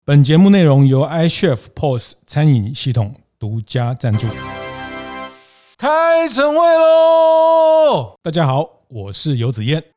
本节目内容由 iChef POS 餐饮系统独家赞助。开晨会喽！大家好，我是游子燕。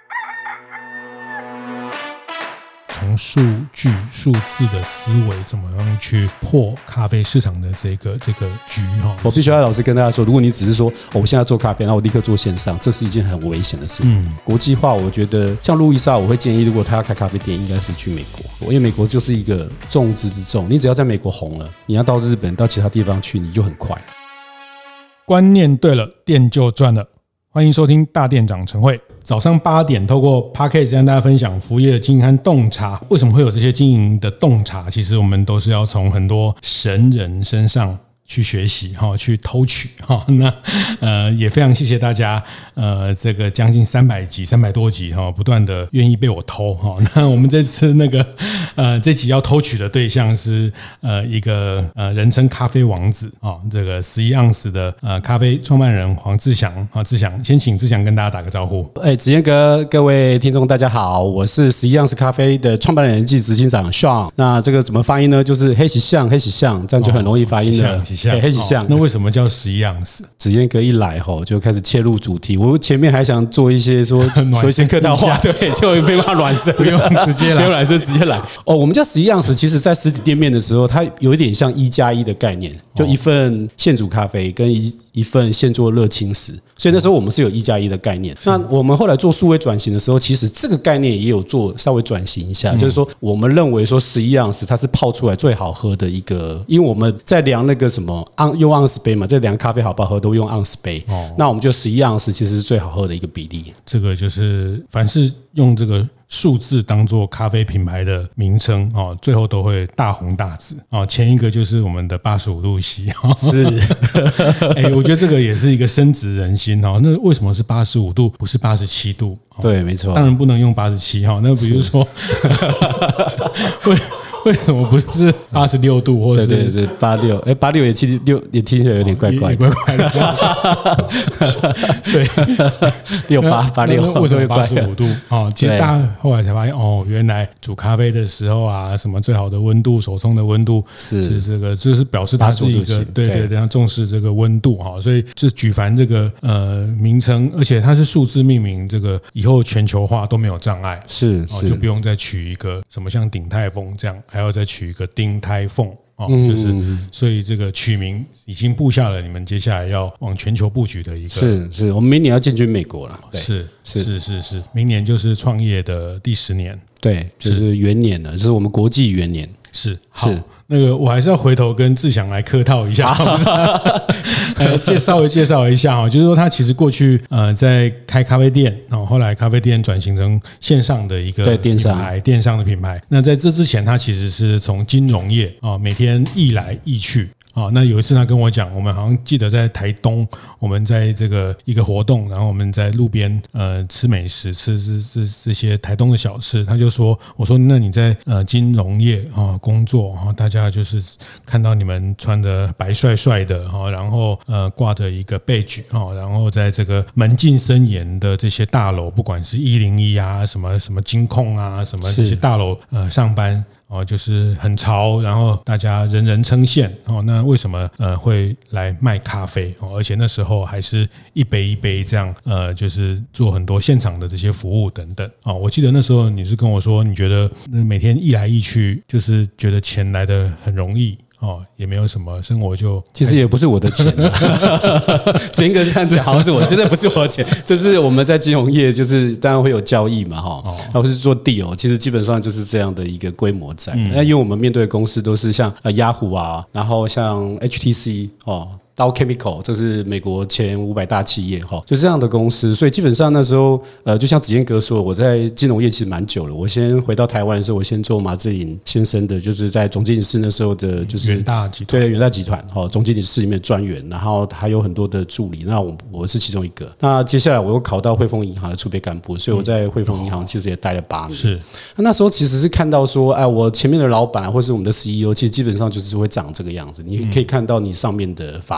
从数据、数字的思维，怎么样去破咖啡市场的这个局哈？ 我必须要老实跟大家说，如果你只是说我现在做咖啡，然后我立刻做线上，这是一件很危险的事。国际化，我觉得像路易莎，我会建议，如果他要开咖啡店，应该是去美国，因为美国就是一个重资之重，你只要在美国红了，你要到日本、到其他地方去，你就很快。 观念对了，店就赚了。欢迎收听大店长晨会，早上8点透过 Podcast 跟大家分享服务业的经营和洞察。为什么会有这些经营的洞察？其实我们都是要从很多神人身上去学习去偷取那也非常谢谢大家这个将近300多集不断的愿意被我偷那我们这次这集要偷取的对象是一个人称咖啡王子这个11盎司的咖啡创办人黄志祥志祥，先请志祥跟大家打个招呼。 子燕哥，各位听众大家好，我是11盎司咖啡的创办人暨执行长 Sean。 那这个怎么发音呢？就是黑喜巷，这样就很容易发音了。黑喜巷。 那为什么叫11盎司？ 子燕哥一来就开始切入主题。我前面还想做一些说一些客套话，对，就被骂暖身， 不用直接来， 不用暖身，直接来。我们叫11盎司，其实在实体店面的时候，它有一点像1+1的概念，就一份现煮咖啡跟一份现做热青食。所以那时候我们是有1+1的概念。那我们后来做数位转型的时候，其实这个概念也有做稍微转型一下，就是说我们认为说11盎司它是泡出来最好喝的一个，因为我们在量那个什么用盎司杯嘛，在量咖啡好不好喝都用盎司杯。那我们就11盎司其实是最好喝的一个比例。 这个就是凡是用这个数字当做咖啡品牌的名称最后都会大红大紫前一个就是我们的85度 C 是我觉得这个也是一个深植人心那为什么是85度不是87度？ 对，没错， 当然不能用87那比如说为什么不是86度或是对86？86也76也听起来有点怪怪的， 对 6886 为什么85度其实大家后来才发现原来煮咖啡的时候什么最好的温度，手冲的温度是这个，就是表示它是一个对要重视这个温度所以就举凡这个名称，而且它是数字命名，这个以后全球化都没有障碍， 是就不用再取一个什么像鼎泰丰这样，还要再取一个丁泰凤就是所以这个取名已经布下了你们接下来要往全球布局的一个是我们明年要进军美国了， 是，明年就是创业的第10年， 对，就是元年了，就是我们国际元年。 是好，那个我还是要回头跟志祥来客套一下，稍微介绍一下就是说他其实过去在开咖啡店，后来咖啡店转型成线上的一个品牌，电商的品牌。那在这之前，他其实是从金融业每天易来易去。那有一次他跟我讲，我们好像记得在台东，我们在这个一个活动，然后我们在路边吃美食，吃这些台东的小吃。他就说，我说那你在金融业工作大家就是看到你们穿的白帅帅的然后挂着一个 badge 然后在这个门禁森严的这些大楼，不管是101什么金控什么这些大楼上班就是很潮，然后大家人人称羡那为什么会来卖咖啡而且那时候还是一杯一杯这样就是做很多现场的这些服务等等我记得那时候你是跟我说，你觉得每天易来易去，就是觉得钱来得很容易也没有什么生活，就其实也不是我的钱整个这样子好像是我，真的不是我的钱，就是我们在金融业就是当然会有交易嘛或是做 deal， 其实基本上就是这样的一个规模在那因为我们面对的公司都是像Yahoo然后像 HTC Dow Chemical， 这是美国前500大企业就这样的公司，所以基本上那时候就像子燕哥说，我在金融业其实蛮久了。我先回到台湾的时候，我先做马志颖先生的，就是在总经理室那时候的，就是元大集团， 对元大集团总经理室里面专员，然后还有很多的助理，那我是其中一个。那接下来我又考到汇丰银行的储备干部，所以我在汇丰银行其实也待了8年。 是那时候其实是看到说，我前面的老板或是我们的 CEO， 其实基本上就是会长这个样子。你可以看到你上面的法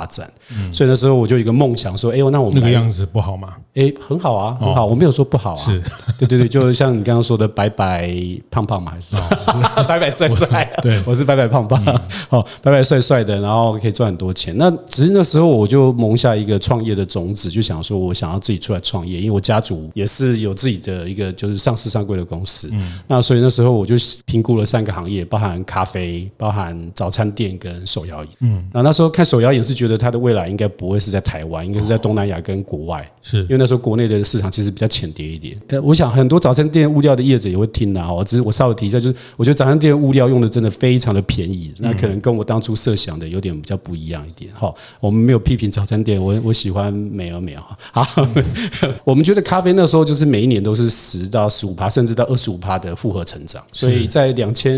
展。所以那时候我就有一个梦想说，那我们那个样子不好吗？ 很好啊，很好，我没有说不好啊。 是， 对，就像你刚刚说的，白白胖胖嘛，还是白白帅帅？对，我是白白胖胖，白白帅帅的，然后可以赚很多钱。那只是那时候我就萌下一个创业的种子，就想说我想要自己出来创业，因为我家族也是有自己的一个就是上市上柜的公司。那所以那时候我就评估了3个行业，包含咖啡、包含早餐店跟手摇饮。那时候看手摇饮是觉得它的未来应该不会是在台湾，应该是在东南亚跟国外。是因为那时候国内的市场其实比较浅碟一点。我想很多早餐店物料的业者也会听啊，只是我稍微提一下，就是我觉得早餐店物料用的真的非常的便宜，那可能跟我当初设想的有点比较不一样一点。我们没有批评早餐店，我喜欢美而美。好，我们觉得咖啡那时候就是每一年都是10%到15%，甚至到25%的复合成长。所以在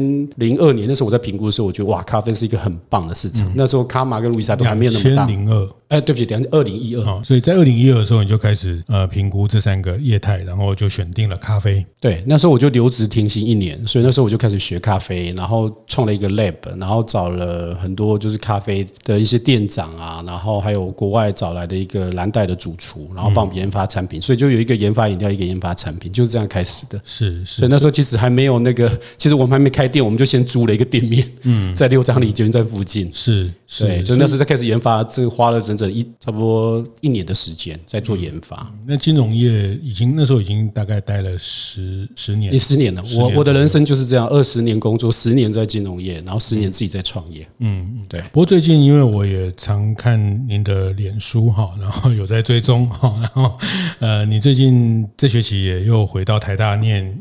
2002年那时候我在评估的时候，我觉得哇，咖啡是一个很棒的市场。那时候卡玛跟路易莎都还没有那么大。 2002。 对不起，2012。 所以在2012的时候，你就开始评估这3个业态，然后就选定了咖啡。 对，那时候我就留职停薪1年，所以那时候我就开始学咖啡，然后创了一个 lab， 然后找了很多就是咖啡的一些店长啊，然后还有国外找来的一个蓝带的主厨，然后帮我们研发产品，所以就有一个研发饮料，一个研发产品，就是这样开始的。 是， 所以那时候其实还没有其实我们还没开店，我们就先租了一个店面，在6张里捷运站附近。是，对，就那时候才开始研发，这个花了整整差不多1年的时间在做研发。 那金融业那时候已经大概待了10年 ，10年了。我的人生就是这样，20年工作，10年在金融业，然后10年自己在创业。对。 不过最近因为我也常看您的脸书然后有在追踪然后你最近这学期也又回到台大念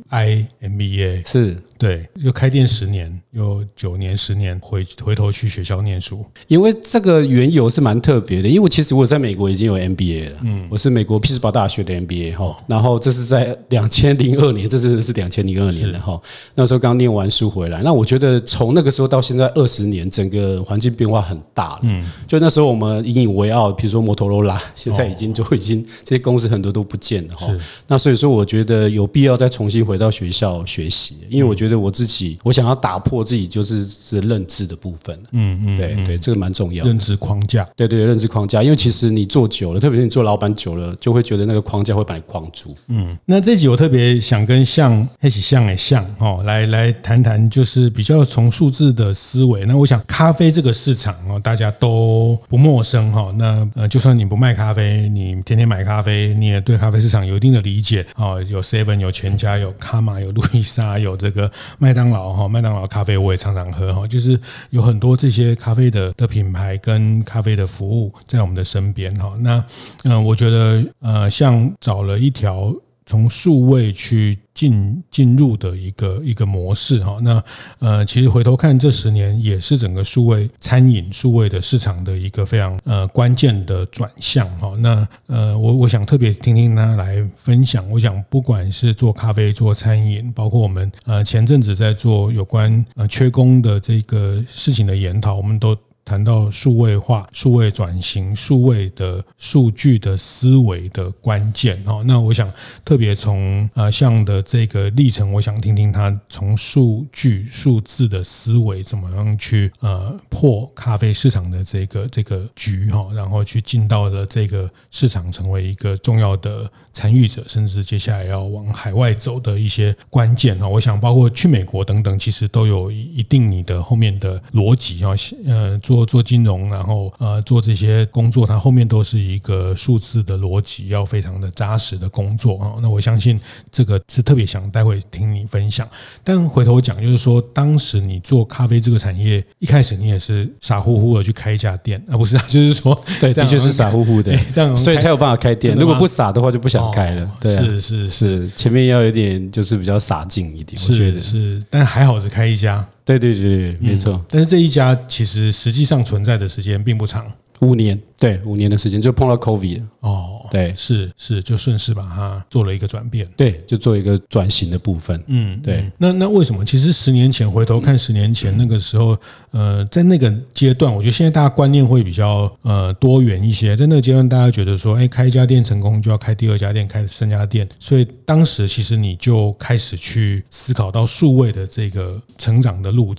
IMBA。 是。 对，就开店10年，又9年、10年回头去学校念书。 因为这个缘由是蛮特别的，因为其实我在美国已经有 MBA 了，我是美国匹兹堡大学的 MBA 然后这是在2002年，这真的是2002年了那时候刚念完书回来，那我觉得从那个时候到现在20年，整个环境变化很大了。就那时候我们引以为傲，比如说摩托罗拉，现在已经这些公司很多都不见了那所以说我觉得有必要再重新回到学校学习，因为我觉得我想要打破自己就是认知的部分。对，这个蛮重要的。 认知框架。 对，认知框架，因为其实你做久了，特别是你做老板久了，就会觉得那个框架会把你框住。 那这集我特别想跟一起来谈谈，就是比较从数字的思维。那我想咖啡这个市场大家都不陌生那就算你不卖咖啡，你天天买咖啡，你也对咖啡市场有一定的理解有 Seven， 有全家，有卡玛，有路易莎，有这个麦当劳咖啡我也常常喝就是有很多这些咖啡的品牌跟咖啡的服务在我们的身边那我觉得像找了一条从数位去进入的一个模式那其实回头看这10年也是整个数位餐饮数位的市场的一个非常关键的转向那我想特别听听他来分享。我想不管是做咖啡做餐饮，包括我们前阵子在做有关缺工的这个事情的研讨，我们都谈到数位化、数位转型、数位的数据的思维的关键那我想特别从像的这个历程，我想听听他从数据数字的思维怎么样去破咖啡市场的这个局然后去进到了这个市场，成为一个重要的参与者，甚至接下来要往海外走的一些关键我想包括去美国等等，其实都有一定你的后面的逻辑做金融，然后做这些工作，它后面都是一个数字的逻辑，要非常的扎实的工作那我相信这个是特别想待会听你分享。但回头讲，就是说当时你做咖啡这个产业，一开始你也是傻乎乎的去开一家店不是就是说对，的确是傻乎乎的这样，所以才有办法开店。如果不傻的话就不想开了。对是，前面要有点就是比较洒劲一点，我觉得是，但还好是开一家。 对，没错。 但是这一家其实实际上存在的时间并不长 ，5年，对，5年的时间就碰到 COVID 对， 是，就顺势把它做了一个转变， 对，就做一个转型的部分，对。 那为什么？其实10年前回头看10年前那个时候，在那个阶段，我觉得现在大家观念会比较多元一些。在那个阶段，大家觉得说，开一家店成功就要开第2家店，开3家店，所以当时其实你就开始去思考到数位的这个成长的路径。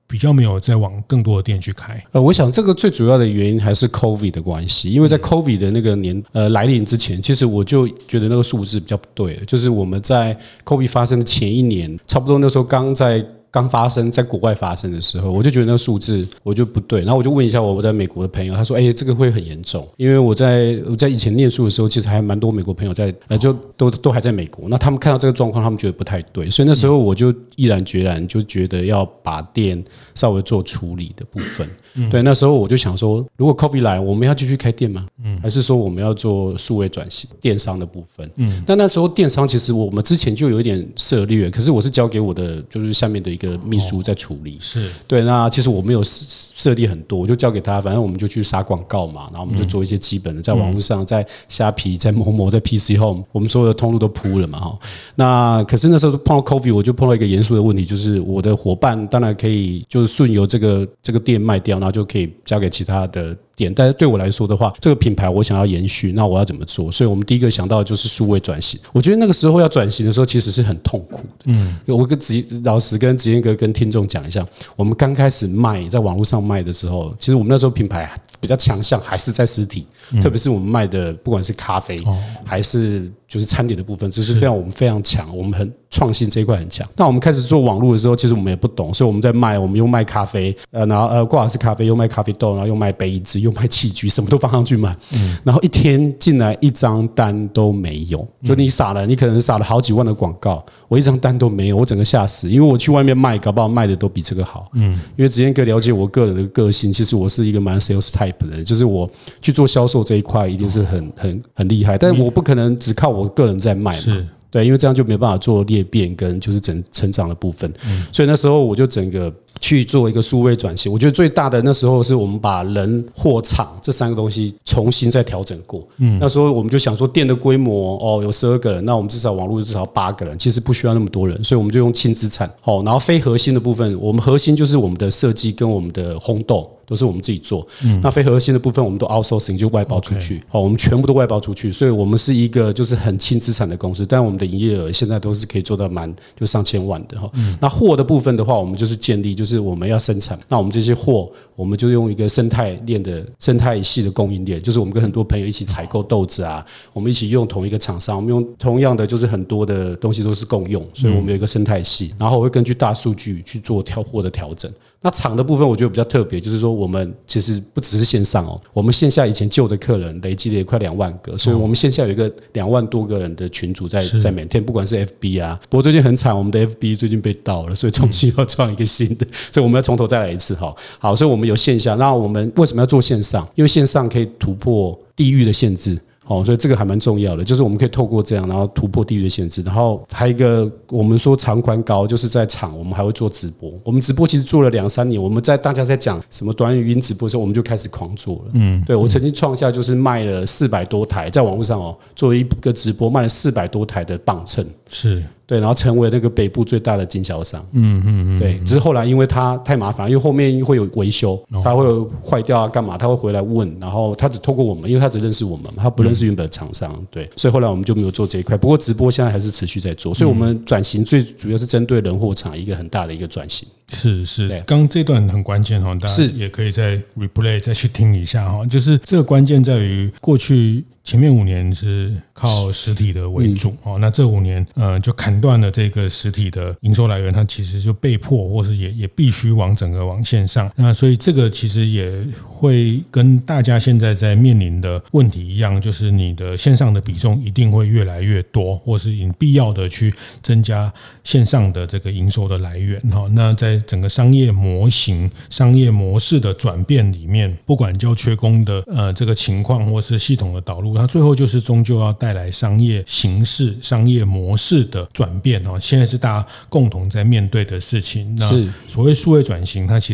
比较没有再往更多的店去开？ 我想这个最主要的原因还是 COVID 的关系，因为在 COVID 的那个来临之前，其实我就觉得那个数字比较不对了，就是我们在 COVID 发生的前一年，差不多那时候刚发生在国外发生的时候，我就觉得那个数字我就不对，然后我就问一下我在美国的朋友，他说这个会很严重，因为我在以前念书的时候，其实还蛮多美国朋友在就都还在美国，那他们看到这个状况，他们觉得不太对，所以那时候我就毅然决然就觉得要把店稍微做处理的部分。对，那时候我就想说，如果 COVID 来，我们要继续开店吗？还是说我们要做数位转型电商的部分？但那时候电商其实我们之前就有一点涉猎，可是我是交给我的就是下面的一个秘书在处理。是对，那其实我没有涉猎很多，我就交给他，反正我们就去撒广告嘛，然后我们就做一些基本的，在网络上，在虾皮，在某某，在 PC Home， 我们所有的通路都铺了嘛。那可是那时候碰到 COVID， 我就碰到一个严肃的问题，就是我的伙伴当然可以就是顺由这个店卖掉，然后就可以交给其他的店，但是对我来说的话，这个品牌我想要延续，那我要怎么做？所以我们第一个想到的就是数位转型。我觉得那个时候要转型的时候，其实是很痛苦的。我老实跟子燕哥跟听众讲一下，我们刚开始在网络上卖的时候，其实我们那时候品牌比较强项还是在实体，特别是我们卖的不管是咖啡还是就是餐点的部分，这是我们非常强，我们很创新这一块很强。那我们开始做网络的时候，其实我们也不懂，所以我们又卖咖啡，然后挂的是咖啡，又卖咖啡豆，然后又卖杯子，又卖器具，什么都放上去卖。然后一天进来一张单都没有，就你可能撒了好几万的广告，我一张单都没有，我整个吓死，因为我去外面卖，搞不好卖的都比这个好。因为子燕哥了解我个人的个性，其实我是一个蛮 sales type 的人，就是我去做销售这一块一定是很厉害，但是我不可能只靠我个人在卖嘛。对，因为这样就没办法做裂变跟就是成长的部分，所以那时候我就整个去做一个数位转型。我觉得最大的那时候是我们把人、货、场这三个东西重新再调整过。那时候我们就想说，店的规模有12个人，那我们至少网络至少8个人，其实不需要那么多人，所以我们就用轻资产。然后非核心的部分，我们核心就是我们的设计跟我们的烘豆。都是我们自己做，那非核心的部分我们都 outsourcing 就外包出去，我们全部都外包出去，所以我们是一个就是很轻资产的公司，但我们的营业额现在都是可以做到就上千万的。那货的部分的话，我们就是建立，就是我们要生产，那我们这些货，我们就用一个生态系的供应链，就是我们跟很多朋友一起采购豆子啊，我们一起用同一个厂商，我们用同样的就是很多的东西都是共用，所以我们有一个生态系，然后我会根据大数据去做货的调整。那厂的部分我觉得比较特别，就是说我们其实不只是线上我们线下以前旧的客人累积了也快2万个，所以我们线下有一个2万多个人的群组在每天，不管是 FB 啊，不过最近很惨，我们的 FB 最近被盗了，所以重新要创一个新的，所以我们要从头再来一次。好，所以我们有线下，那我们为什么要做线上？因为线上可以突破地域的限制。所以这个还蛮重要的，就是我们可以透过这样，然后突破地域的限制。然后还有一个我们说长宽高，就是在场我们还会做直播。我们直播其实做了2-3年，我们大家在讲什么短语音直播的时候，我们就开始狂做了。对，我曾经创下就是卖了400多台，在网络上作为一个直播卖了400多台的磅秤。是。对，然后成为那个北部最大的经销商。对，只是后来因为他太麻烦，因为后面会有维修，他会有坏掉啊，干嘛？他会回来问，然后他只透过我们，因为他只认识我们嘛，他不认识原本的厂商。对，所以后来我们就没有做这一块。不过直播现在还是持续在做，所以我们转型最主要是针对人货场一个很大的一个转型。是， 刚这段很关键大家也可以再 replay 再去听一下就是这个关键在于过去前面5年是靠实体的为主那这5年就砍断了这个实体的营收来源，它其实就被迫或是也必须往线上。那所以这个其实也会跟大家现在在面临的问题一样，就是你的线上的比重一定会越来越多，或是你必要的去增加线上的这个营收的来源那在整个商业模型、商业模式的转变里面，不管叫缺工的这个情况，或是系统的导入，它最后就是终究要带来商业形式、商业模式的转变现在是大家共同在面对的事情。那所谓数位转型，它其实也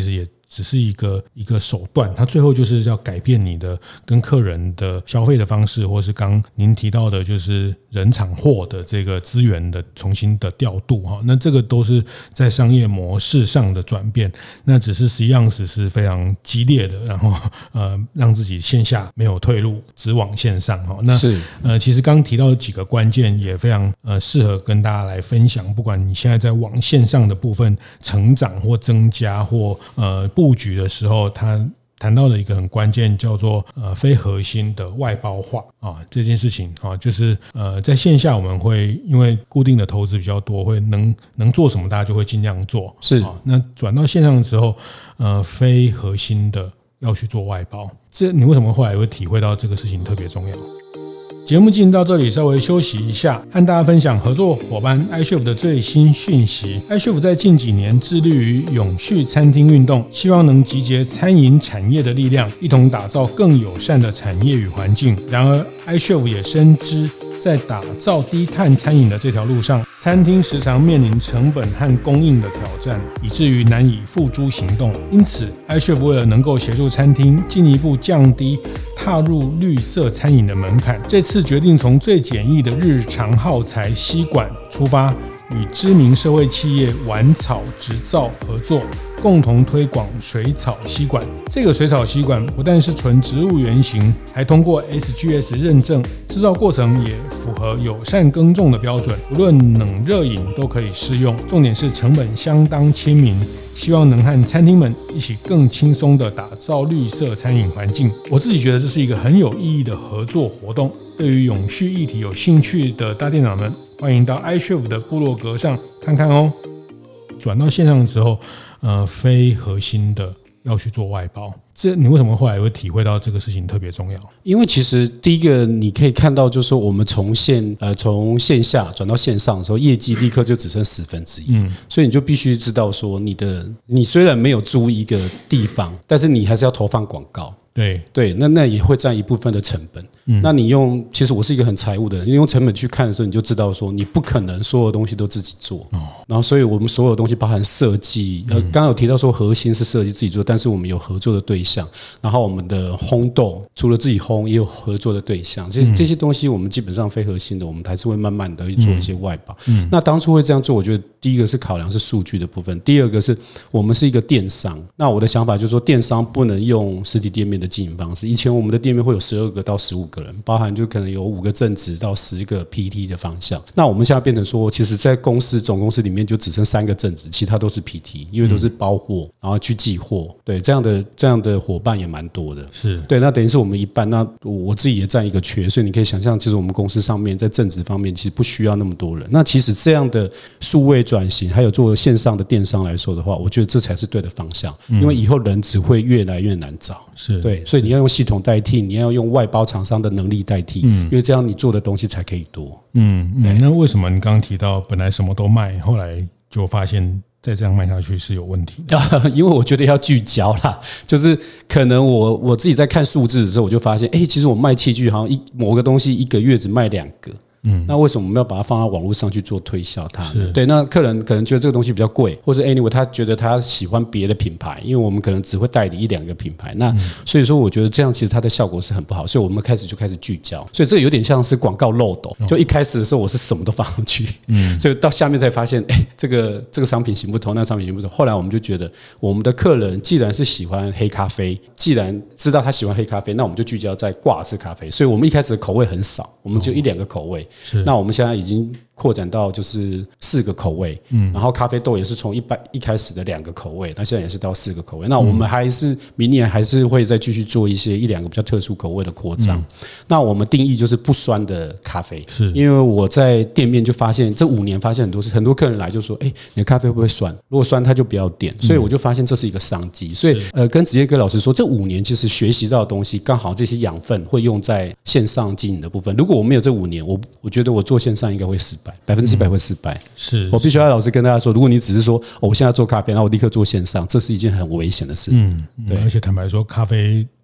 只是一个手段，它最后就是要改变你的跟客人的消费的方式，或是刚您提到的就是人场货的这个资源的重新的调度哈。那这个都是在商业模式上的转变，那只是实际上是非常激烈的，然后让自己线下没有退路，只往线上哈。那是其实刚提到几个关键也非常适合跟大家来分享，不管你现在在往线上的部分成长或增加或布局的时候，他谈到的一个很关键叫做非核心的外包化啊，这件事情啊，就是在线下我们会因为固定的投资比较多，会能做什么大家就会尽量做，是啊。那转到线上的时候，非核心的要去做外包，这你为什么后来会体会到这个事情特别重要？节目进行到这里，稍微休息一下，和大家分享合作伙伴 iChef 的最新讯息。iChef 在近几年致力于永续餐厅运动，希望能集结餐饮产业的力量，一同打造更友善的产业与环境。然而 iChef 也深知，在打造低碳餐饮的这条路上，餐厅时常面临成本和供应的挑战，以至于难以付诸行动。因此 iChef 为了能够协助餐厅进一步降低踏入绿色餐饮的门槛，这次决定从最简易的日常耗材吸管出发，与知名社会企业玩草植造合作，共同推广水草吸管。这个水草吸管不但是纯植物原型，还通过 SGS 认证，制造过程也符合友善耕种的标准，无论冷热饮都可以适用。重点是成本相当亲民，希望能和餐厅们一起更轻松地打造绿色餐饮环境。我自己觉得这是一个很有意义的合作活动。对于永续议题有兴趣的大店长们，欢迎到 iChef 的部落格上看看哦。转到线上的时候，非核心的要去做外包，这你为什么后来会体会到这个事情特别重要？ 因为其实第一个你可以看到，就是说我们从线下转到线上的时候，业绩立刻就只剩1/10，所以你就必须知道说，你虽然没有租一个地方，但是你还是要投放广告。对，那也会占一部分的成本。那你其实我是一个很财务的人，你用成本去看的时候，你就知道说你不可能所有东西都自己做。然后，所以我们所有东西包含设计，刚刚有提到说核心是设计自己做，但是我们有合作的对象。然后我们的烘豆除了自己烘，也有合作的对象。这些东西我们基本上非核心的，我们还是会慢慢的去做一些外包。那当初会这样做，我觉得第一个是考量是数据的部分，第二个是我们是一个电商。那我的想法就是说，电商不能用实体店面的经营方式。以前我们的店面会有12个到15个人，包含就可能有5个正职到10个 PT 的方向。那我们现在变成说，其实在总公司里面就只剩3个正职，其他都是 PT， 因为都是包货，然后去寄货。对，这样的伙伴也蛮多的。是对，那等于是我们一半。那我自己也占一个缺，所以你可以想象，其实我们公司上面在正职方面其实不需要那么多人。那其实这样的数位转型，还有做线上的电商来说的话，我觉得这才是对的方向。因为以后人只会越来越难找。是对，所以你要用系统代替，你要用外包厂商的能力代替，因为这样你做的东西才可以多。 那为什么你刚刚提到本来什么都卖，后来就发现再这样卖下去是有问题的？ 因为我觉得要聚焦啦，就是可能我自己在看数字的时候，我就发现，其实我卖器具好像某个东西1个月只卖2个。那为什么我们要把它放到网络上去做推销它呢？对，那客人可能觉得这个东西比较贵，或者 anyway 他觉得他喜欢别的品牌，因为我们可能只会代理1-2个品牌。那所以说我觉得这样其实它的效果是很不好，所以我们开始聚焦。所以这有点像是广告漏斗，就一开始的时候我是什么都放上去，所以到下面才发现，这个商品行不通，那商品行不通。后来我们就觉得，我们的客人既然是喜欢黑咖啡，既然知道他喜欢黑咖啡，那我们就聚焦在挂式咖啡。所以我们一开始的口味很少，我们只有1-2个口味。那我们现在已经扩展到就是4个口味，然后咖啡豆也是从一开始的2个口味，那现在也是到4个口味。那我们还是明年还是会再继续做一些1-2个比较特殊口味的扩张。那我们定义就是不酸的咖啡，是因为我在店面就发现这5年发现很多客人来就说，你的咖啡会不会酸？如果酸他就不要点，所以我就发现这是一个商机。所以跟职业哥老师说，这5年其实学习到的东西，刚好这些养分会用在线上经营的部分。如果我没有这5年，我觉得我做线上应该会失败，100%会失败。是我必须要老实跟大家说，如果你只是说，我现在做咖啡，然后我立刻做线上，这是一件很危险的事。对， 而且坦白说，咖啡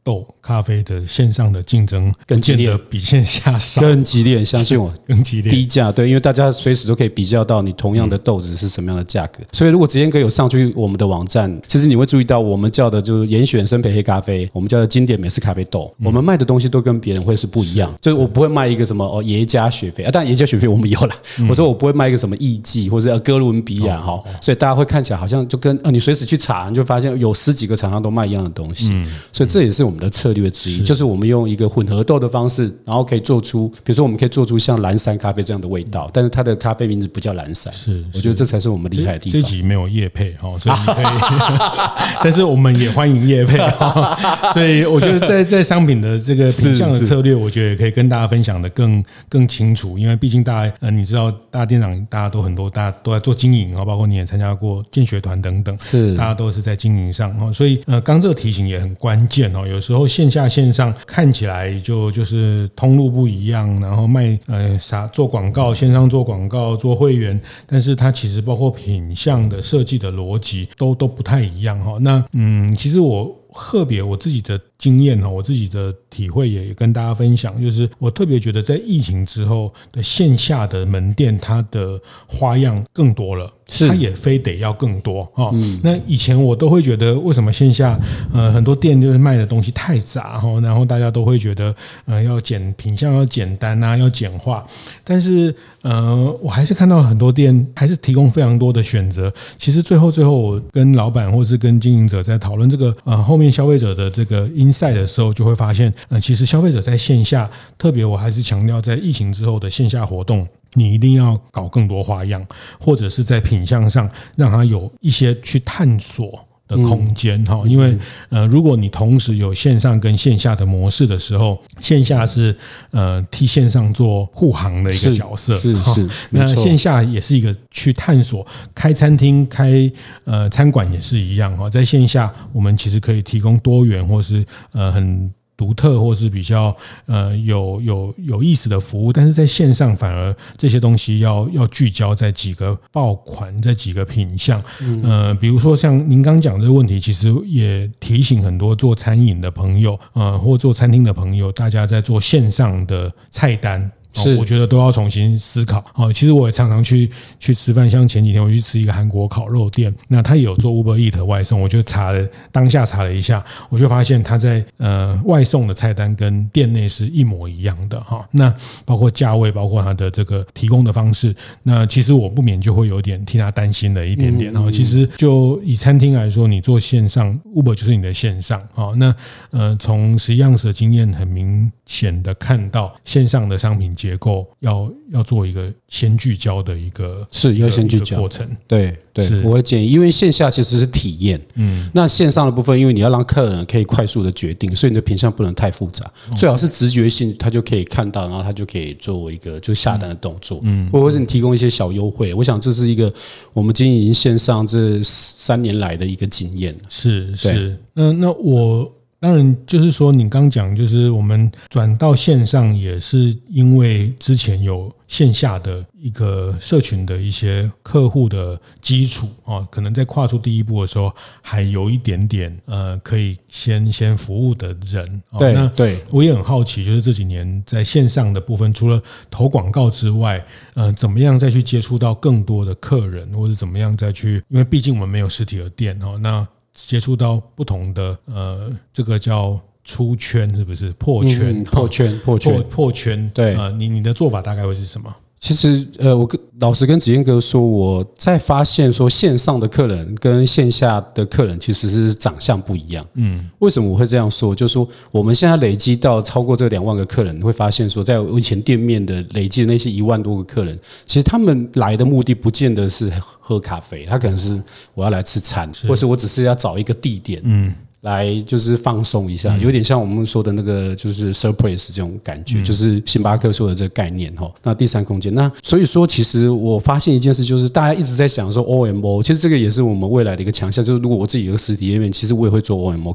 豆咖啡的线上的竞争更激烈， 比线下少， 更激烈，相信我， 更激烈， 低价，对，因为大家随时都可以比较到你同样的豆子是什么样的价格。所以如果子健哥有上去我们的网站，其实你会注意到我们叫的就是严选深焙黑咖啡，我们叫的经典美式咖啡豆，我们卖的东西都跟别人会是不一样，就是我不会卖一个什么耶加雪菲，当然耶加雪菲我们有啦，我说我不会卖一个什么艺妓或者哥伦比亚哈，所以大家会看起来好像就跟你随时去查，你就发现有10几个厂商都卖一样的东西，所以这也是我们的策略之一，就是我们用一个混合豆的方式，然后可以做出，比如说我们可以做出像蓝山咖啡这样的味道，但是它的咖啡名字不叫蓝山，我觉得这才是我们厉害的地方。 这集没有业配所以你可以但是我们也欢迎业配所以我觉得在商品的这个品项的策略，我觉得也可以跟大家分享的更清楚，因为毕竟大家你知道大店长大家都很多，大家都在做经营，包括你也参加过建学团等等， 是大家都是在经营上，所以刚这个提醒也很关键，有时候线下线上看起来就是通路不一样，然后做广告，线上做广告做会员，但是它其实包括品项的设计的逻辑都不太一样。那其实我自己的经验，我自己的体会也跟大家分享，就是我特别觉得在疫情之后的线下的门店，它的花样更多了，它也非得要更多那以前我都会觉得为什么线下很多店就是卖的东西太杂，然后大家都会觉得要品项要简单啊，要简化，但是我还是看到很多店还是提供非常多的选择。其实最后我跟老板或是跟经营者在讨论这个后面消费者的这个insight的时候，就会发现其实消费者在线下，特别我还是强调在疫情之后的线下活动，你一定要搞更多花样，或者是在品项上让它有一些去探索的空间因为如果你同时有线上跟线下的模式的时候，线下是替线上做护航的一个角色， 是那线下也是一个去探索，开餐厅开餐馆也是一样在线下我们其实可以提供多元或是很独特或是比较有意思的服务，但是在线上反而这些东西要聚焦在几个爆款，在几个品项比如说像您刚讲这个问题，其实也提醒很多做餐饮的朋友或做餐厅的朋友，大家在做线上的菜单我觉得都要重新思考其实我也常常去吃饭，像前几天我去吃一个韩国烤肉店，那他也有做 Uber Eats 外送，我就当下查了一下，我就发现他在外送的菜单跟店内是一模一样的那包括价位，包括他的这个提供的方式，那其实我不免就会有点替他担心了一点点其实就以餐厅来说，你做线上 Uber 就是你的线上那从实际上的经验很明显的看到线上的商品结构要做一个先聚焦的要先聚焦过程。 对，我会建议，因为线下其实是体验，那线上的部分，因为你要让客人可以快速的决定，所以你的品项不能太复杂，最好是直觉性，他就可以看到，然后他就可以作为一个就下单的动作，或者是你提供一些小优惠。我想这是一个我们经营线上这3年来的一个经验。 是，那我。当然，就是说你刚讲，就是我们转到线上，也是因为之前有线下的一个社群的一些客户的基础可能在跨出第一步的时候，还有一点点可以先服务的人。 对， 我也很好奇，就是这几年在线上的部分，除了投广告之外，怎么样再去接触到更多的客人，或者怎么样再去，因为毕竟我们没有实体的店那接触到不同的这个叫出圈，是不是破圈？破圈。对，你的做法大概会是什么？ 其实我老实跟子健哥说，我在发现说线上的客人跟线下的客人其实是长相不一样。为什么我会这样说？就是说我们现在累积到超过这2万个客人，会发现说，在我以前店面的累积的那些1万多个客人，其实他们来的目的不见得是喝咖啡，他可能是我要来吃餐，或是我只是要找一个地点。来就是放松一下，有点像我们说的那个就是 surprise 这种感觉，就是星巴克说的这个概念那第三空间，那所以说其实我发现一件事，就是大家一直在想说 OMO， 其实这个也是我们未来的一个强项，就是如果我自己有个实体店面，其实我也会做 OMO， 可是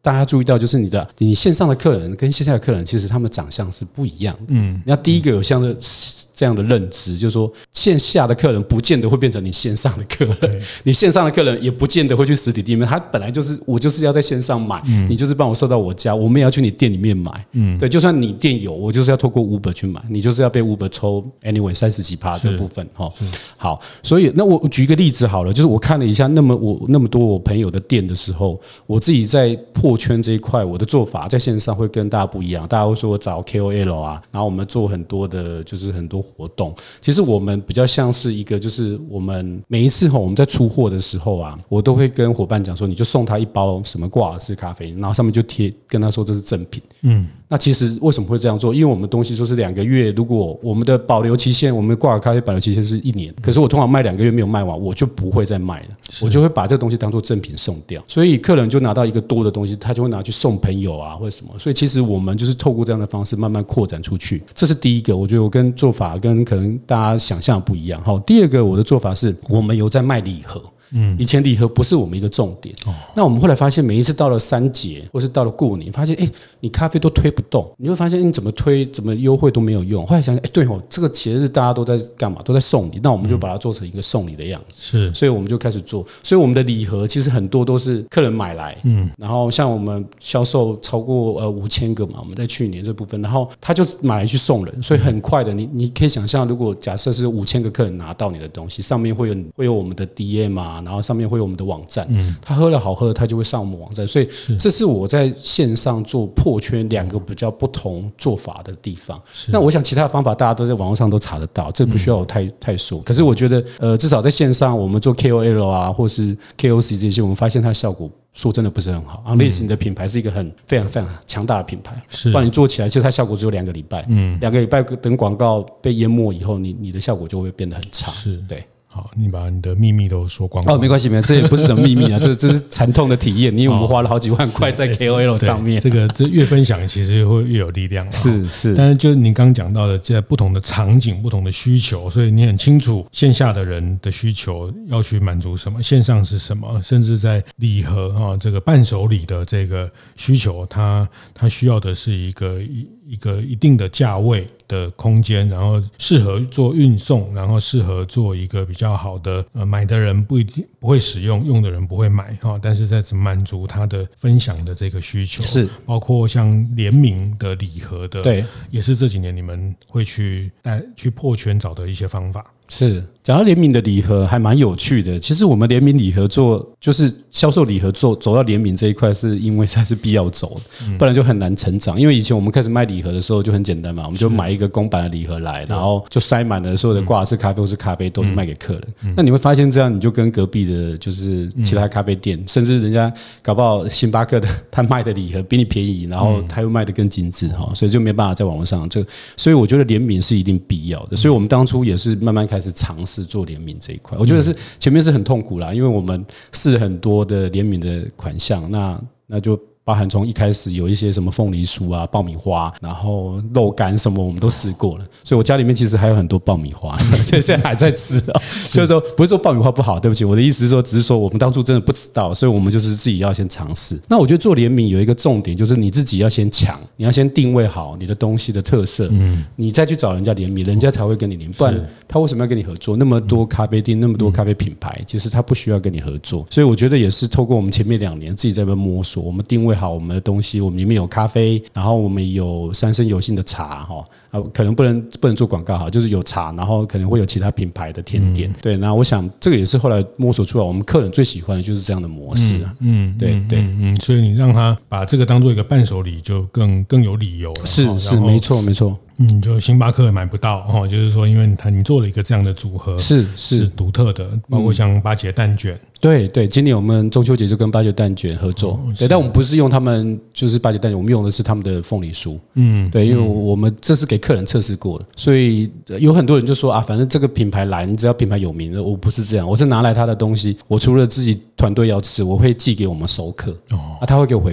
大家注意到，就是你线上的客人跟线下的客人，其实他们长相是不一样的。你要第一个有这样的认知，就是说线下的客人不见得会变成你线上的客人，你线上的客人也不见得会去实体店面。他本来就是我就是要在线上买，你就是帮我送到我家，我们也要去你店里面买。对，就算你店有，我就是要透过 Uber 去买，你就是要被 Uber 抽 anyway 30几%这部分。好，所以那我举一个例子好了，就是我看了一下那么多我朋友的店的时候，我自己在破圈这一块，我的做法在线上会跟大家不一样。大家会说我找 KOL 啊，然后我们做很多的，就是很多活动。其实我们比较像是一个，就是我们每一次我们在出货的时候啊，我都会跟伙伴讲说，你就送他一包什么挂耳式咖啡，然后上面就贴跟他说这是正品。那其实为什么会这样做？因为我们东西就是2个月，如果我们的保留期限，我们挂耳咖啡保留期限是1年，可是我通常卖2个月没有卖完，我就不会再卖了，我就会把这个东西当做正品送掉。所以客人就拿到一个多的东西，他就会拿去送朋友啊或者什么。所以其实我们就是透过这样的方式慢慢扩展出去，这是第一个。我觉得我跟做法跟可能大家想象不一样。好，第二个我的做法是我们有在卖礼盒。以前礼盒不是我们一个重点。那我们后来发现，每一次到了3节或是到了过年，发现你咖啡都推不动，你会发现你怎么推怎么优惠都没有用。后来想想，对哦，这个节日大家都在干嘛？都在送礼，那我们就把它做成一个送礼的样子。是，所以我们就开始做。所以我们的礼盒其实很多都是客人买来，然后像我们销售超过5000个嘛，我们在去年这部分，然后他就买来去送人，所以很快的，你可以想象，如果假设是5000个客人拿到你的东西，上面会有我们的 DM 啊。然后上面会有我们的网站，他喝了好喝，他就会上我们网站，所以这是我在线上做破圈2个比较不同做法的地方。那我想其他的方法大家都在网络上都查得到，这不需要我太说。可是我觉得至少在线上我们做 KOL 啊，或是 KOC 这些，我们发现它效果说真的不是很好。Unless 你的品牌是一个非常非常强大的品牌，不然你做起来其实它效果只有2个礼拜，2个礼拜等广告被淹没以后，你的效果就会变得很差。对。 好，你把你的秘密都说光光。 没关系，这也不是什么秘密啊，这是惨痛的体验，因为我们花了好几万块在 KOL 上面。 这越分享，其实会越有力量。 是， 但是就是你刚刚讲到的，在不同的场景、不同的需求，所以你很清楚线下的人的需求要去满足什么，线上是什么，甚至在礼盒这个伴手礼的这个需求，它需要的是一个一定的价位的空间，然后适合做运送，然后适合做一个比较好的买的人不会使用，用的人不会买但是在满足他的分享的这个需求，是包括像联名的礼盒的，对，也是这几年你们会去破圈找的一些方法。 是，讲到联名的礼盒还蛮有趣的。其实我们联名礼盒就是销售礼盒走到联名这一块，是因为它是必要走的，不然就很难成长。因为以前我们开始卖礼盒的时候就很简单嘛，我们就买一个公版的礼盒来，然后就塞满了所有的挂式咖啡或是咖啡豆，就卖给客人。那你会发现这样，你就跟隔壁的就是其他咖啡店，甚至人家搞不好星巴克的他卖的礼盒比你便宜，然后他又卖得更精致所以就没办法在网络上所以我觉得联名是一定必要的。所以我们当初也是慢慢开始尝试做联名这一块，我觉得是前面是很痛苦啦，因为我们试很多的联名的款项，那就包含从一开始有一些什么凤梨酥啊、爆米花，然后肉干什么我们都试过了，所以我家里面其实还有很多爆米花，所以现在还在吃就是说不是说爆米花不好，对不起，我的意思是说，只是说我们当初真的不知道，所以我们就是自己要先尝试。那我觉得做联名有一个重点，就是你自己要先强，你要先定位好你的东西的特色，你再去找人家联名，人家才会跟你联，不然他为什么要跟你合作？那么多咖啡店，那么多咖啡品牌，其实他不需要跟你合作。所以我觉得也是透过我们前面2年自己在那摸索，我们定位好我们的东西，我们里面有咖啡，然后我们有三生有幸的茶可能不能做广告就是有茶，然后可能会有其他品牌的甜点，对。那我想这个也是后来摸索出来，我们客人最喜欢的就是这样的模式对， 所以你让他把这个当做一个伴手礼，就更有理由了。 是，没错。 就星巴克也买不到就是说，因为你做了一个这样的组合，是独特的，包括像八节蛋卷。 对，今年我们中秋节就跟八节蛋卷合作，对，但我们不是用他们就是八节蛋卷，我们用的是他们的凤梨酥，对，因为我们这是给客人测试过的，所以有很多人就说反正这个品牌来，你只要品牌有名的，我不是这样，我是拿来他的东西，我除了自己团队要吃，我会寄给我们熟客，他会给我回馈。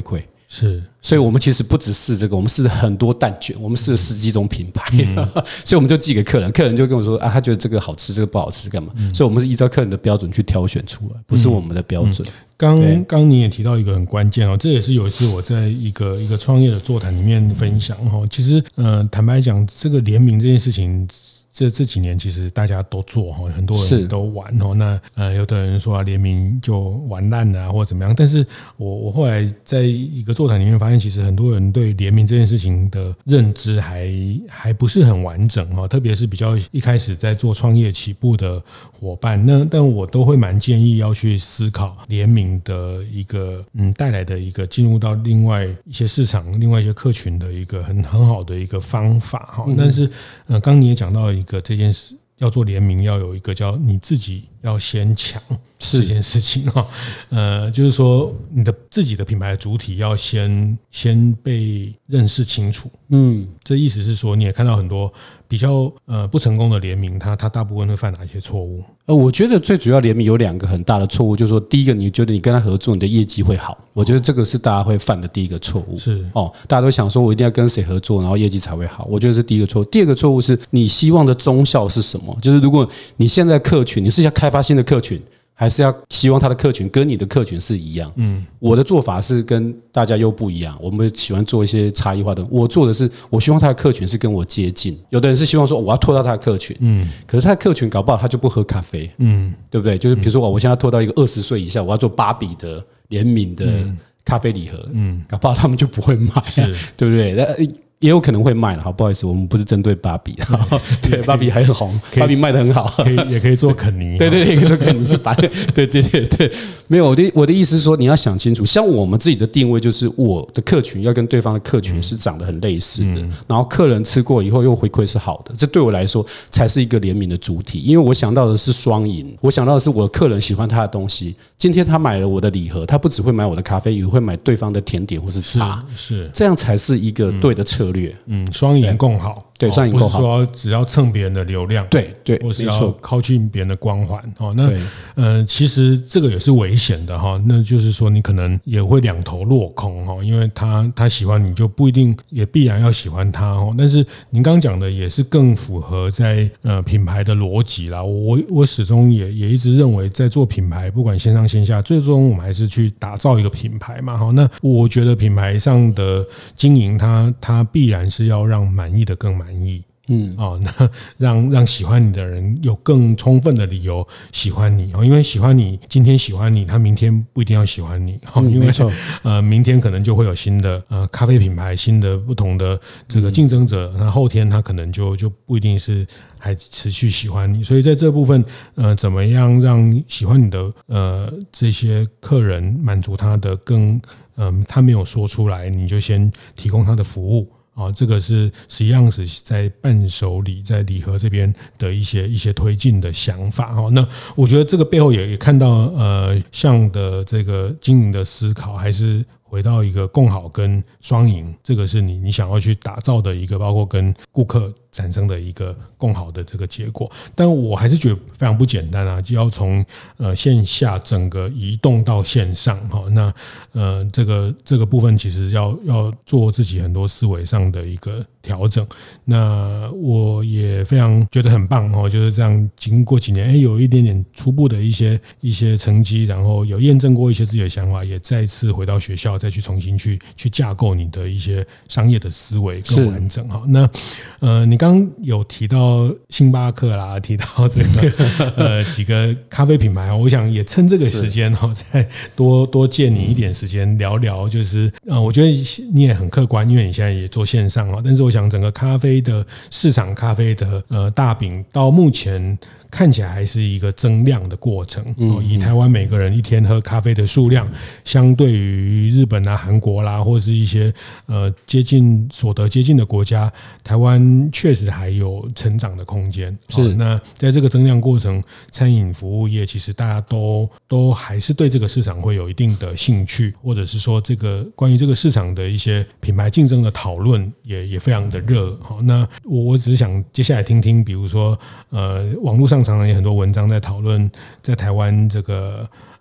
是， 所以我们其实不只试这个，我们试了很多蛋卷，我们试了10几种品牌，所以我们就寄给客人，客人就跟我说啊，他觉得这个好吃，这个不好吃，干嘛？所以我们是依照客人的标准去挑选出来，不是我们的标准。 刚你也提到一个很关键哦，这也是有一次我在一个创业的座谈里面分享哈，其实坦白讲，这个联名这件事情。这几年其实大家都做哈，很多人都玩哈。那有的人说啊，联名就玩烂了或者怎么样。但是我后来在一个座谈里面发现，其实很多人对联名这件事情的认知还不是很完整哈。特别是比较一开始在做创业起步的伙伴，但我都会蛮建议要去思考联名的一个带来的一个进入到另外一些市场、另外一些客群的一个很好的一个方法哈。但是刚你也讲到一个这件事要做联名，要有一个叫你自己要先强这件事情哈。就是说你的自己的品牌的主体要先被认识清楚。这意思是说你也看到很多比较不成功的联名，它大部分会犯哪些错误？ 我觉得最主要联名有2个很大的错误，就是说第一个，你觉得你跟他合作，你的业绩会好，我觉得这个是大家会犯的第一个错误。 是大家都想说我一定要跟谁合作，然后业绩才会好，我觉得是第一个错误。第二个错误是你希望的终效是什么？就是如果你现在客群，你是要开发新的客群，还是要希望他的客群跟你的客群是一样？我的做法是跟大家又不一样，我们喜欢做一些差异化的。我做的是，我希望他的客群是跟我接近。有的人是希望说我要拓到他的客群，可是他的客群搞不好他就不喝咖啡，对不对？就是比如说我现在拓到一个20岁以下，我要做芭比的联名的咖啡礼盒，搞不好他们就不会买，对不对？也有可能会卖了，好，不好意思，我们不是针对芭比，对，芭比还很红，芭比卖得很好， 也可以做肯尼， 对，可以做肯尼，对，没有，我的意思是说，你要想清楚，像我们自己的定位就是我的客群要跟对方的客群是长得很类似的，然后客人吃过以后又回馈是好的，这对我来说才是一个联名的主体，因为我想到的是双赢，我想到的是我的客人喜欢他的东西，今天他买了我的礼盒，他不只会买我的咖啡，也会买对方的甜点或是茶，是这样才是一个对的策略。 双赢共好， 对，双赢共好， 不是说只要蹭别人的流量， 对， 或是要靠近别人的光环哦。那其实这个也是危险的哈。那就是说你可能也会两头落空哈，因为他喜欢你就不一定也必然要喜欢他哦。但是您刚讲的也是更符合在品牌的逻辑啦。我始终也一直认为，在做品牌，不管线上线下，最终我们还是去打造一个品牌嘛。哈，那我觉得品牌上的经营，它必然是要让满意的更满意。那让喜欢你的人有更充分的理由喜欢你，因为喜欢你，今天喜欢你，他明天不一定要喜欢你，因为明天可能就会有新的咖啡品牌，新的不同的这个竞争者，那后天他可能就不一定是还持续喜欢你，所以在这部分怎么样让喜欢你的这些客人满足他的他没有说出来，你就先提供他的服务。这个是实际上是在伴手礼在礼盒这边的一些推进的想法。那我觉得这个背后也看到像的这个经营的思考，还是回到一个共好跟双赢，这个是你想要去打造的一个，包括跟顾客产生的一个共好的这个结果。但我还是觉得非常不简单啊，就要从线下整个移动到线上。那这个部分其实要做自己很多思维上的一个调整。那我也非常觉得很棒，就是这样经过几年有一点点初步的一些成绩，然后有验证过一些自己的想法，也再次回到学校再去重新去架构你的一些商业的思维更完整。那你刚刚有提到星巴克啦，提到这个几个咖啡品牌，我想也趁这个时间再多借你一点时间聊聊，就是我觉得你也很客观，因为你现在也做线上，但是我想整个咖啡的市场，咖啡的大饼到目前看起来还是一个增量的过程。以台湾每个人一天喝咖啡的数量，相对于日本啊、韩国啦，或是一些所得接近的国家，台湾确实还有成长的空间。是，那在这个增量过程，餐饮服务业其实大家都还是对这个市场会有一定的兴趣，或者是说关于这个市场的一些品牌竞争的讨论也非常的热。那我只是想接下来听听，比如说网络上常常有很多文章在讨论，在台湾这个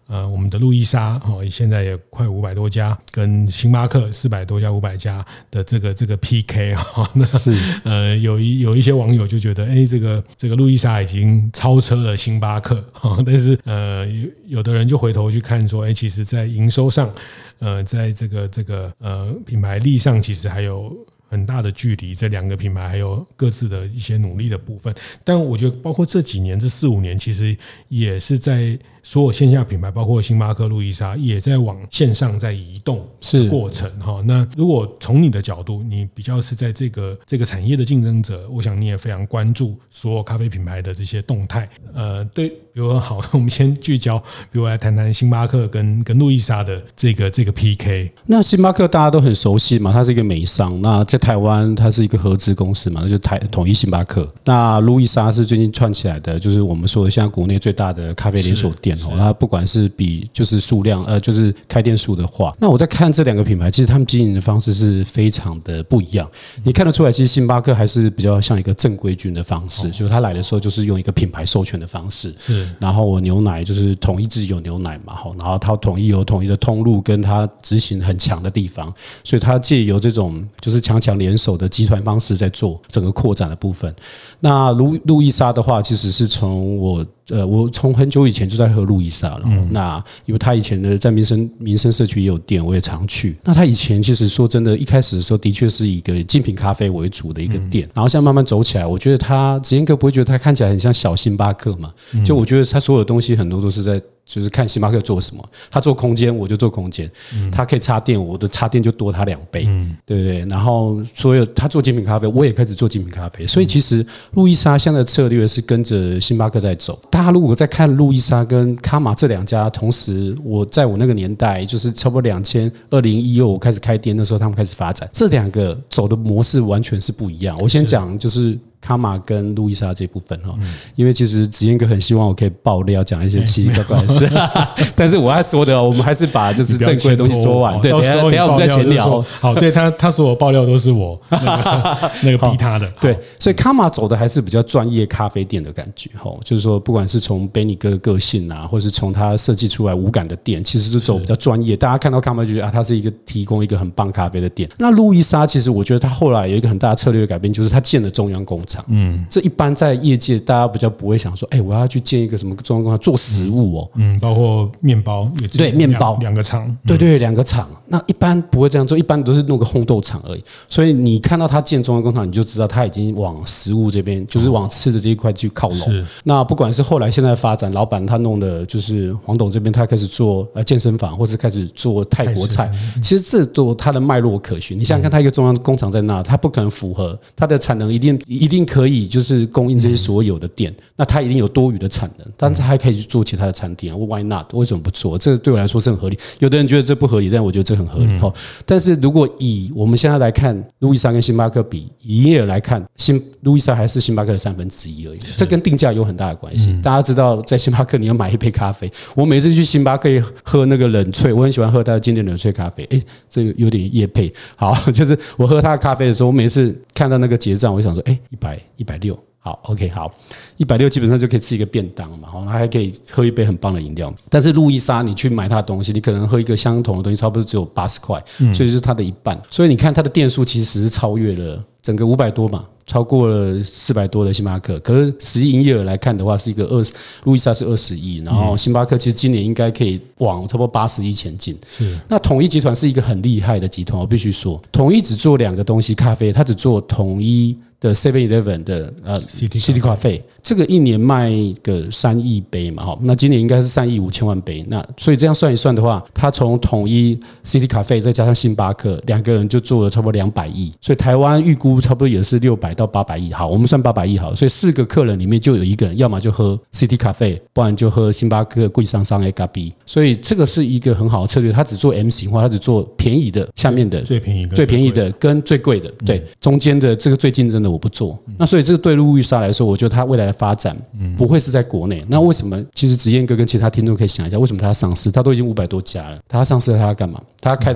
我们的路易莎现在也快500多家，跟星巴克400多家500家的这个 PK 那是有一些网友就觉得这个路易莎已经超车了星巴克，但是有的人就回头去看说其实在营收上在这个品牌力上其实还有很大的距离，这两个品牌还有各自的一些努力的部分。但我觉得包括这几年这4-5年其实也是在所有线下品牌包括星巴克路易莎也在往线上在移动的过程。那如果从你的角度你比较是在这个产业的竞争者，我想你也非常关注所有咖啡品牌的这些动态。对，比如说好，我们先聚焦，比如来谈谈星巴克跟路易莎的这个 PK。 那星巴克大家都很熟悉嘛，它是一个美商，那在台湾它是一个合资公司嘛，那就是统一星巴克。那路易莎是最近串起来的，就是我们说的现在国内最大的咖啡连锁店。那不管是比就是数量就是开店数的话，那我在看这两个品牌，其实他们经营的方式是非常的不一样。你看得出来，其实星巴克还是比较像一个正规军的方式，就是他来的时候就是用一个品牌授权的方式，然后我牛奶就是统一自己有牛奶嘛，然后他统一有统一的通路跟他执行很强的地方，所以他借由这种就是强联手的集团方式在做整个扩展的部分。那路易莎的话，其实是从我从很久以前就在喝路易莎了。那因为他以前的在民生社区也有店，我也常去。那他以前其实说真的，一开始的时候的确是以一个精品咖啡为主的一个店，然后现在慢慢走起来，我觉得他子燕哥不会觉得他看起来很像小星巴克嘛？就我觉得他所有的东西很多都是在。就是看星巴克做什么，他做空间我就做空间，他可以插电，我的插电就多他2倍，对不对？然后所有他做精品咖啡，我也开始做精品咖啡，所以其实路易莎现在的策略是跟着星巴克在走。大家如果在看路易莎跟卡玛这2家，同时在我那个年代，就是差不多2016我开始开店，那时候他们开始发展，这2个走的模式完全是不一样。我先讲就是卡玛跟路易莎这部分因为其实子燕哥很希望我可以爆料讲一些奇奇怪怪的事但是我要说的我们还是把就是正规的东西说完。对，等一下我们再闲聊。 好，对，他所有爆料都是我那个逼他的。 对，所以卡玛走的还是比较专业咖啡店的感觉，就是说不管是从贝尼哥的个性啊，或是从他设计出来无感的店，其实是走比较专业。大家看到卡玛就觉得他是一个提供一个很棒咖啡的店。那路易莎其实我觉得他后来有一个很大的策略改变，就是他建了中央工厂。这一般在业界大家比较不会想说，我要去建一个什么中央工厂做食物包括面包也对，面包 2个厂， 对2个厂。那一般不会这样做，一般都是弄个烘豆厂而已。所以你看到他建中央工厂，你就知道他已经往食物这边，就是往吃的这一块去靠拢。那不管是后来现在发展，老板他弄的就是黄董这边，他开始做健身房，或是开始做泰国菜，其实这都他的脉络可循。你想想看，他一个中央工厂在那，他不可能符合他的产能，一定可以就是供应这些所有的店，那他一定有多余的产能，但是他还可以去做其他的餐厅，Why not？ 为什么不做？这对我来说是很合理。有的人觉得这不合理，但我觉得这很合理。但是如果以我们现在来看路易莎跟星巴克比，以营业额来看，路易莎还是星巴克的1/3而已，这跟定价有很大的关系。大家知道，在星巴克你要买一杯咖啡，我每次去星巴克喝那个冷萃，我很喜欢喝他的经典冷萃咖啡。这个有点业配，好，就是我喝他的咖啡的时候，我每次看到那个结账，我就想说，100、160。好 ，OK， 好，160基本上就可以吃一个便当嘛，然后还可以喝一杯很棒的饮料。但是路易莎，你去买它的东西，你可能喝一个相同的东西，差不多只有80块，所以就是它的一半。所以你看它的店数其实是超越了整个500多嘛，超过了400多的星巴克。可是实际营业额来看的话，是一个路易莎是20亿，然后星巴克其实今年应该可以往差不多80亿前进。那统一集团是一个很厉害的集团，我必须说，统一只做2个东西，咖啡，它只做统一的 7-Eleven 的City 咖啡，这个一年卖个3亿杯嘛，那今年应该是3亿5千万杯。那所以这样算一算的话，他从统一 City 咖啡再加上星巴克2个人就做了差不多200亿，所以台湾预估差不多也是600到800亿。好，我们算800亿好，所以4个客人里面就有1个人，要么就喝 City 咖啡，不然就喝星巴克贵上A 咖啡。所以这个是一个很好的策略，他只做 M 型化，他只做便宜的，下面的最便宜的跟最贵的，对，中间的这个最竞争的我不做。那所以这个对路易莎来说，我觉得它未来的发展不会是在国内。那为什么？其实子燕哥跟其他听众可以想一下，为什么它要上市？它都已经500多家了，它要上市了，它要干嘛？它要开到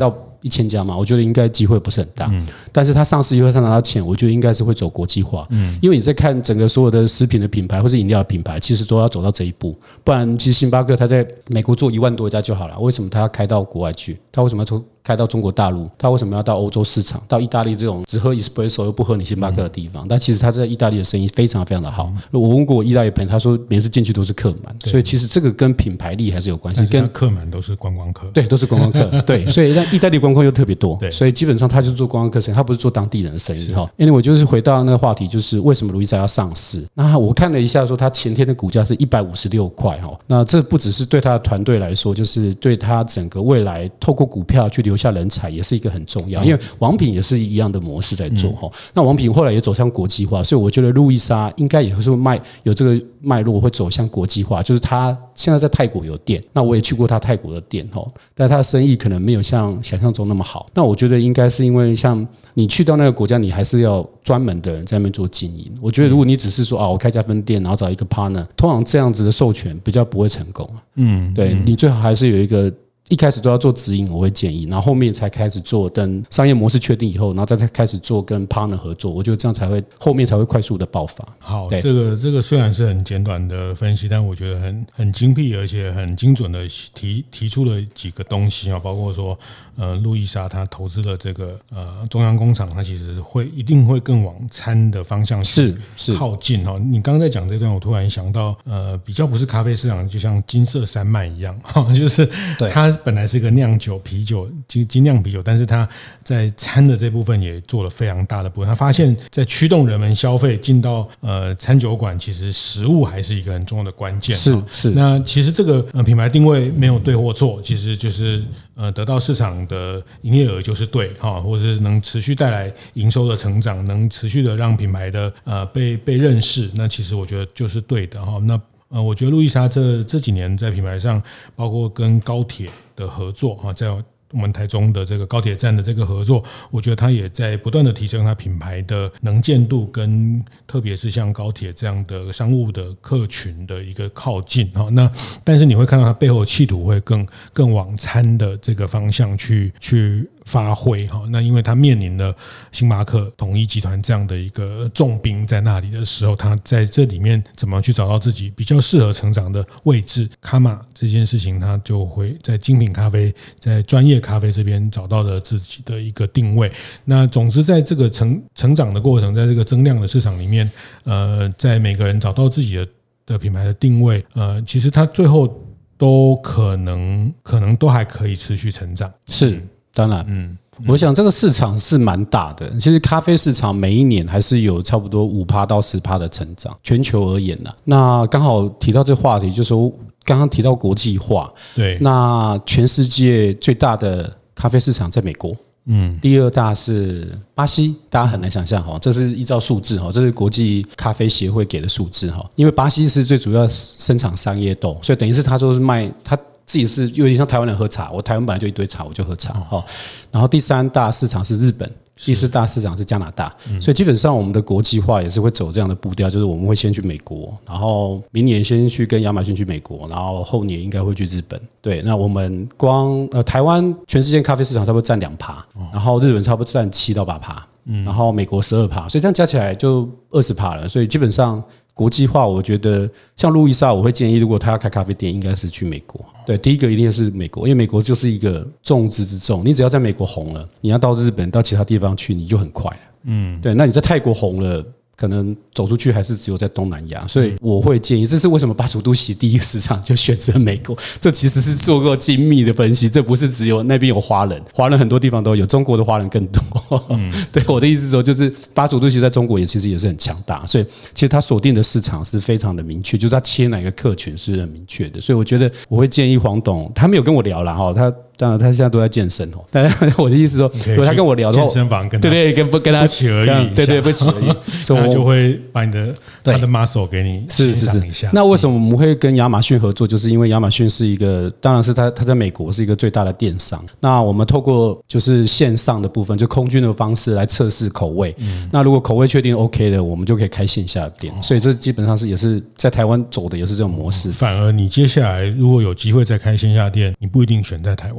1000家嘛，我觉得应该机会不是很大。但是它上市以后它拿到钱，我觉得应该是会走国际化。因为你在看整个所有的食品的品牌或是饮料的品牌，其实都要走到这一步，不然其实星巴克它在美国做1万多家就好了，为什么它要开到国外去？它为什么要开到中国大陆？它为什么要到欧洲市场？到意大利这种只喝 espresso 又不喝你星巴克的地方？但其实它在意大利的生意非常非常的好。我问过意大利朋友，他说每次进去都是客满，所以其实这个跟品牌力还是有关系。跟客满都是观光客， 对，都是观光客，对，所以但意大利观光又特别多，所以基本上他就做观光客生意，他不是做当地人的生意。Anyway， 就是回到那个话题，就是为什么路易莎要上市？那我看了一下，说他前天的股价是156块哈，那这不只是对他的团队来说，就是对他整个未来透过股票去留下人才，也是一个很重要。因为王品也是一样的模式在做哈，那王品后来也走向国际化，所以我觉得路易莎应该也是有这个脉络会走向国际化，就是他现在在泰国有店，那我也去过他泰国的店哈，但他的生意可能没有像想象中那么好。那我觉得应该是因为像你去到那个国家，你还是要专门的人在那边做经营。我觉得如果你只是说我开家分店，然后找一个 partner， 通常这样子的授权比较不会成功。对，你最好还是有一个。一开始都要做直营，我会建议，然后后面才开始做。等商业模式确定以后，然后再开始做跟 partner 合作，我觉得这样后面才会快速的爆发。 好，这个虽然是很简短的分析，但我觉得很精辟，而且很精准的提出了几个东西啊，包括说路易莎他投资了这个中央工厂，它其实一定会更往餐的方向去靠近哈。你刚刚在讲这段，我突然想到比较不是咖啡市场，就像金色山脉一样，就是它本来是一个酿酒啤酒精酿啤酒，但是它在餐的这部分也做了非常大的部分。他发现在驱动人们消费进到餐酒馆，其实食物还是一个很重要的关键。 是。 那其实这个品牌定位没有对或错，其实就是得到市场的营业额就是对哈，或者是能持续带来营收的成长，能持续的让品牌的被认识，那其实我觉得就是对的哈。那我觉得路易莎这几年在品牌上，包括跟高铁的合作啊，在我们台中的这个高铁站的这个合作，我觉得它也在不断的提升它品牌的能见度，跟特别是像高铁这样的商务的客群的一个靠近。那但是你会看到它背后的企图会更往餐的这个方向去发挥。那因为它面临了星巴克统一集团这样的一个重兵在那里的时候，它在这里面怎么去找到自己比较适合成长的位置，卡玛这件事情它就会在精品咖啡，在专业咖啡这边找到了自己的一个定位。那总之在这个成长的过程，在这个增量的市场里面，在每个人找到自己的品牌的定位，其实它最后都可能都还可以持续成长。 是，当然，我想这个市场是蛮大的。其实咖啡市场每一年还是有差不多5%到10%的成长，全球而言啦。那刚好提到这个话题，就是说刚刚提到国际化， 对， 那全世界最大的咖啡市场在美国。第二大是巴西，大家很难想象哈，这是依照数字哈，这是国际咖啡协会给的数字哈。因为巴西是最主要生产商业豆，所以等于是他都是卖他自己是有点像台湾人喝茶，我台湾本来就一堆茶，我就喝茶哈。然后第3大市场是日本。第4大市场是加拿大，所以基本上我们的国际化也是会走这样的步调，就是我们会先去美国，然后明年先去跟亚马逊去美国，然后后年应该会去日本。对，那我们光台湾全世界咖啡市场差不多占2%，然后日本差不多占7到8%，然后美国12%，所以这样加起来就20%了。所以基本上国际化，我觉得像路易莎，我会建议如果他要开咖啡店，应该是去美国。对，第一个一定是美国，因为美国就是一个重资之重，你只要在美国红了，你要到日本、到其他地方去，你就很快了。对，那你在泰国红了，可能走出去还是只有在东南亚，所以我会建议，这是为什么巴楚都喜第一个市场就选择美国，这其实是做过精密的分析，这不是只有那边有华人很多地方都有，中国的华人更多。对，我的意思说，就是巴楚都喜在中国其实也是很强大，所以其实他锁定的市场是非常的明确，就是他切哪个客群是很明确的，所以我觉得我会建议黄董，他没有跟我聊啦哈，当然他现在都在健身哦，但我的意思说，如果他跟我聊的话， 健身房跟他不期而遇， 对不期而遇， 所以他就会把他的 muscle 给你欣赏一下。 那为什么我们会跟亚马逊合作？就是因为亚马逊是一个，当然是他在美国是一个最大的电商。那我们透过就是线上的部分，就空军的方式来测试口味。那如果口味确定 OK 的，我们就可以开线下的店。所以这基本上也是在台湾走的也是这种模式。 反而你接下来如果有机会再开线下店，你不一定选在台湾。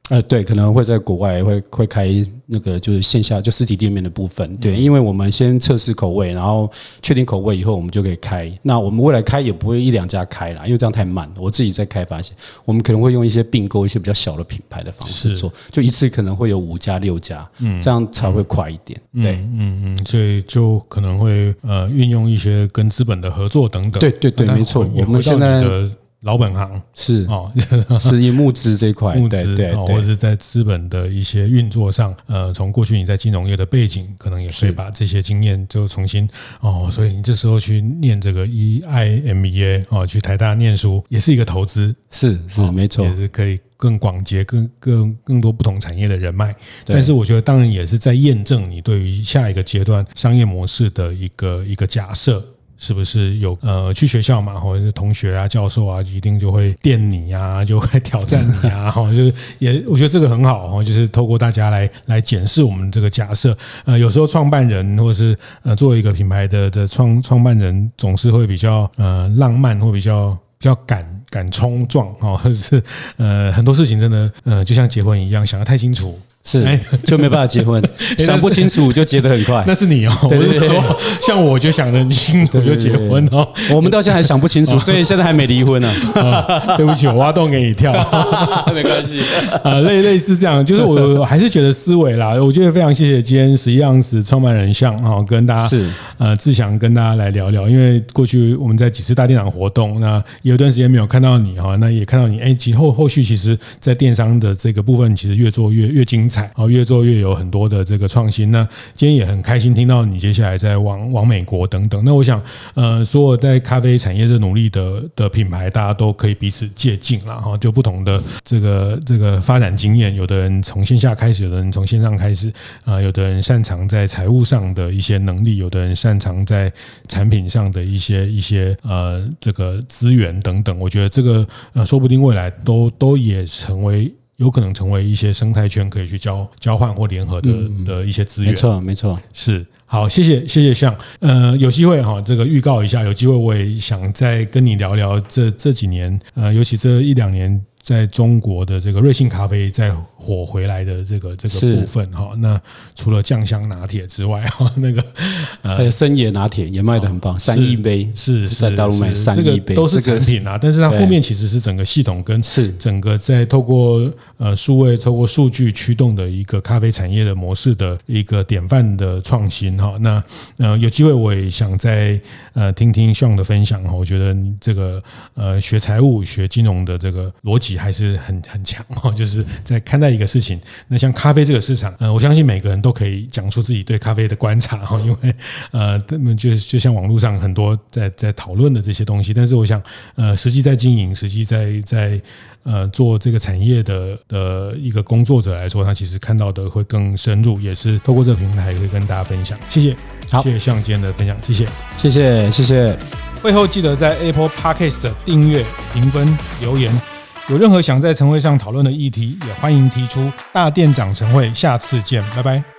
对，可能会在国外会开那个就是线下就实体店面的部分，对，因为我们先测试口味，然后确定口味以后，我们就可以开。那我们未来开也不会1-2家开啦，因为这样太慢了。我自己在开发现，我们可能会用一些并购一些比较小的品牌的方式做，就一次可能会有5家6家，这样才会快一点。对， 所以就可能会运用一些跟资本的合作等等。 对，没错，我们现在的老本行是以募资这一块， 募资对，或者是在资本的一些运作上，从过去你在金融业的背景，可能也可以把这些经验就重新所以你这时候去念这个 EIMBA 去台大念书，也是一个投资， 是没错， 也是可以更广结更多不同产业的人脉。但是我觉得，当然也是在验证你对于下一个阶段商业模式的一个假设。是不是有去学校嘛，或者是同学啊、教授啊，一定就会电你啊，就会挑战你啊，就是我觉得这个很好，就是透过大家来检视我们这个假设。有时候创办人或者是作为一个品牌的创办人，总是会比较浪漫，或比较敢冲撞或者是很多事情真的就像结婚一样，想得太清楚。 是，就没办法结婚，想不清楚就结得很快。 那是你我是说，像我就想得很清楚就结婚我们到现在还想不清楚，所以现在还没离婚呢。 对不起，我挖洞给你跳， 没关系。 类似这样，就是我还是觉得思维啦，我觉得非常谢谢今天11样子创办人Sean跟大家志祥跟大家来聊聊，因为过去我们在几次大店长活动，那有一段时间没有看到你那也看到你后续其实在电商的这个部分，其实越做越精彩。越做越有很多的这个创新。那今天也很开心听到你接下来在往美国等等。那我想，所有在咖啡产业这努力的品牌，大家都可以彼此借鉴啦哈，就不同的这个发展经验，有的人从线下开始，有的人从线上开始，有的人擅长在财务上的一些能力，有的人擅长在产品上的一些这个资源等等。我觉得这个说不定未来都也有可能成为一些生态圈可以去交换或联合的一些资源。 没错， 是。好，谢谢Sean。有机会这个预告一下，有机会我也想再跟你聊聊这几年，尤其这1-2年。在中国的这个瑞幸咖啡再火回来的这个部分哈，那除了酱香拿铁之外哈，那个还有生椰拿铁也卖得很棒，3亿杯是在大陆卖3亿杯， 这个都是产品啊，但是它后面其实是整个系统跟整个在透过数位、透过数据驱动的一个咖啡产业的模式的一个典范的创新哈。那有机会我也想再听听Sean的分享哈，我觉得你这个学财务、学金融的这个逻辑还是很强哦，就是在看待一个事情。那像咖啡这个市场，我相信每个人都可以讲出自己对咖啡的观察哈，因为他们就像网络上很多在讨论的这些东西，但是我想实际在经营，实际在做这个产业的一个工作者来说，他其实看到的会更深入，也是透过这个平台会跟大家分享。谢谢，好，谢谢Sean今天的分享，谢谢。会后记得在 Apple Podcast 订阅、评分、留言。有任何想在晨会上讨论的议题，也欢迎提出。大店长晨会，下次见，拜拜。